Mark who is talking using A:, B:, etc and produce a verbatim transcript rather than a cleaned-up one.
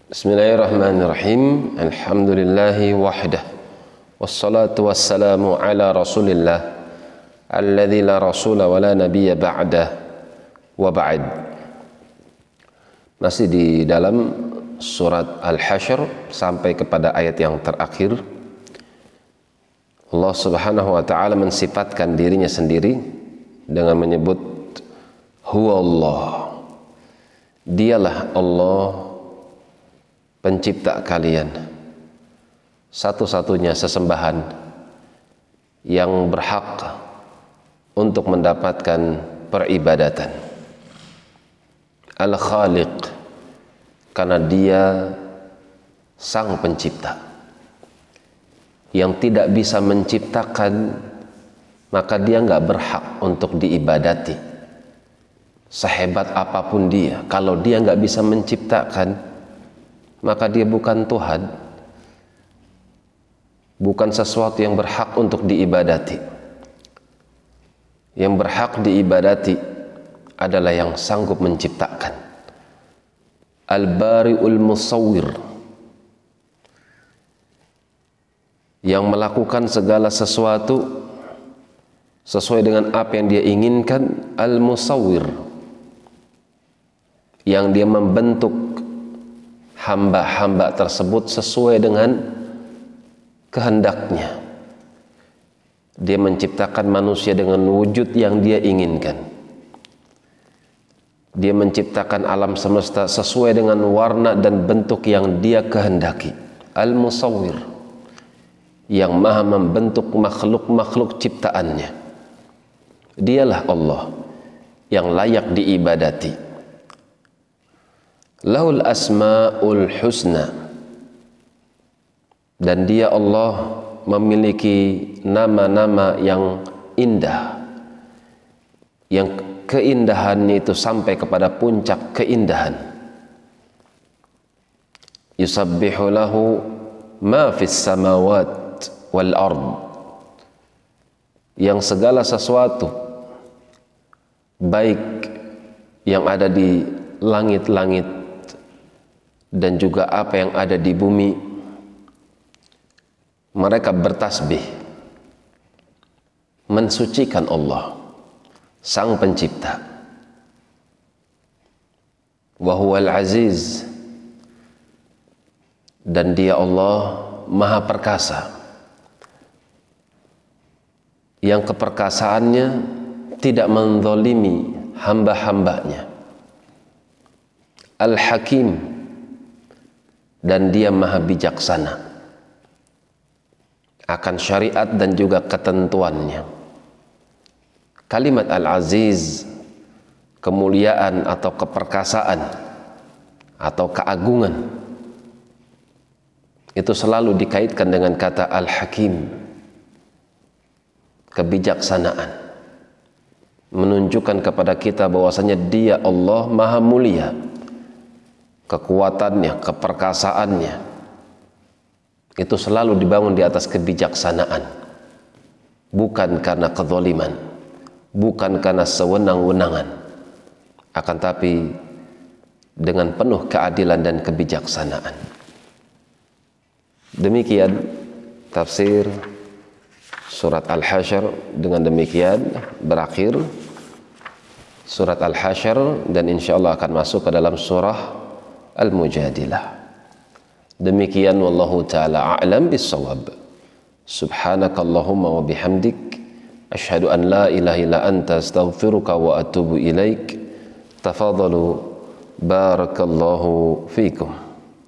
A: Bismillahirrahmanirrahim. Alhamdulillahi wahdah. Wassalatu wassalamu ala rasulillah alladzi la rasula wa la nabiyya ba'dah wa ba'd. Masih di dalam surat Al-Hasyr sampai kepada ayat yang terakhir. Allah Subhanahu wa taala mensifatkan dirinya sendiri dengan menyebut huwa Allah. Dialah Allah pencipta kalian, satu-satunya sesembahan yang berhak untuk mendapatkan peribadatan. Al-Khaliq, karena dia sang pencipta. Yang tidak bisa menciptakan, maka dia nggak berhak untuk diibadati. Sehebat apapun dia, kalau dia nggak bisa menciptakan, maka dia bukan Tuhan, bukan sesuatu yang berhak untuk diibadati. Yang berhak diibadati adalah yang sanggup menciptakan. Al-Bari'ul Musawwir, yang melakukan segala sesuatu sesuai dengan apa yang dia inginkan. Al-Musawwir, yang dia membentuk hamba-hamba tersebut sesuai dengan kehendaknya. Dia menciptakan manusia dengan wujud yang dia inginkan. Dia menciptakan alam semesta sesuai dengan warna dan bentuk yang dia kehendaki. Al-Musawwir, yang maha membentuk makhluk-makhluk ciptaannya. Dialah Allah yang layak diibadati. Lahul asma'ul husna, dan dia Allah memiliki nama-nama yang indah, yang keindahannya itu sampai kepada puncak keindahan. Yusabbihu lahu ma fis samawat wal ard, yang segala sesuatu baik yang ada di langit-langit dan juga apa yang ada di bumi, mereka bertasbih mensucikan Allah, sang pencipta. Wa huwal aziz, dan dia Allah maha perkasa, yang keperkasaannya tidak menzalimi hamba-hambanya. Al-Hakim, dan dia maha bijaksana akan syariat dan juga ketentuannya. Kalimat Al-Aziz, kemuliaan atau keperkasaan atau keagungan, itu selalu dikaitkan dengan kata Al-Hakim, kebijaksanaan, menunjukkan kepada kita bahwasanya dia Allah maha mulia. Kekuatannya, keperkasaannya itu selalu dibangun di atas kebijaksanaan, bukan karena kezaliman, bukan karena sewenang-wenangan, akan tapi dengan penuh keadilan dan kebijaksanaan. Demikian tafsir surat Al-Hasyr. Dengan demikian berakhir surat Al-Hasyr, dan insya Allah akan masuk ke dalam surah Al-Mujadilah. Demikian, wallahu ta'ala a'lam bis-shawab. Subhanakallahumma wa bihamdik, asyhadu an la ilaha illa anta, astaghfiruka wa atubu ilaik. Tafadhalu, barakallahu fikum.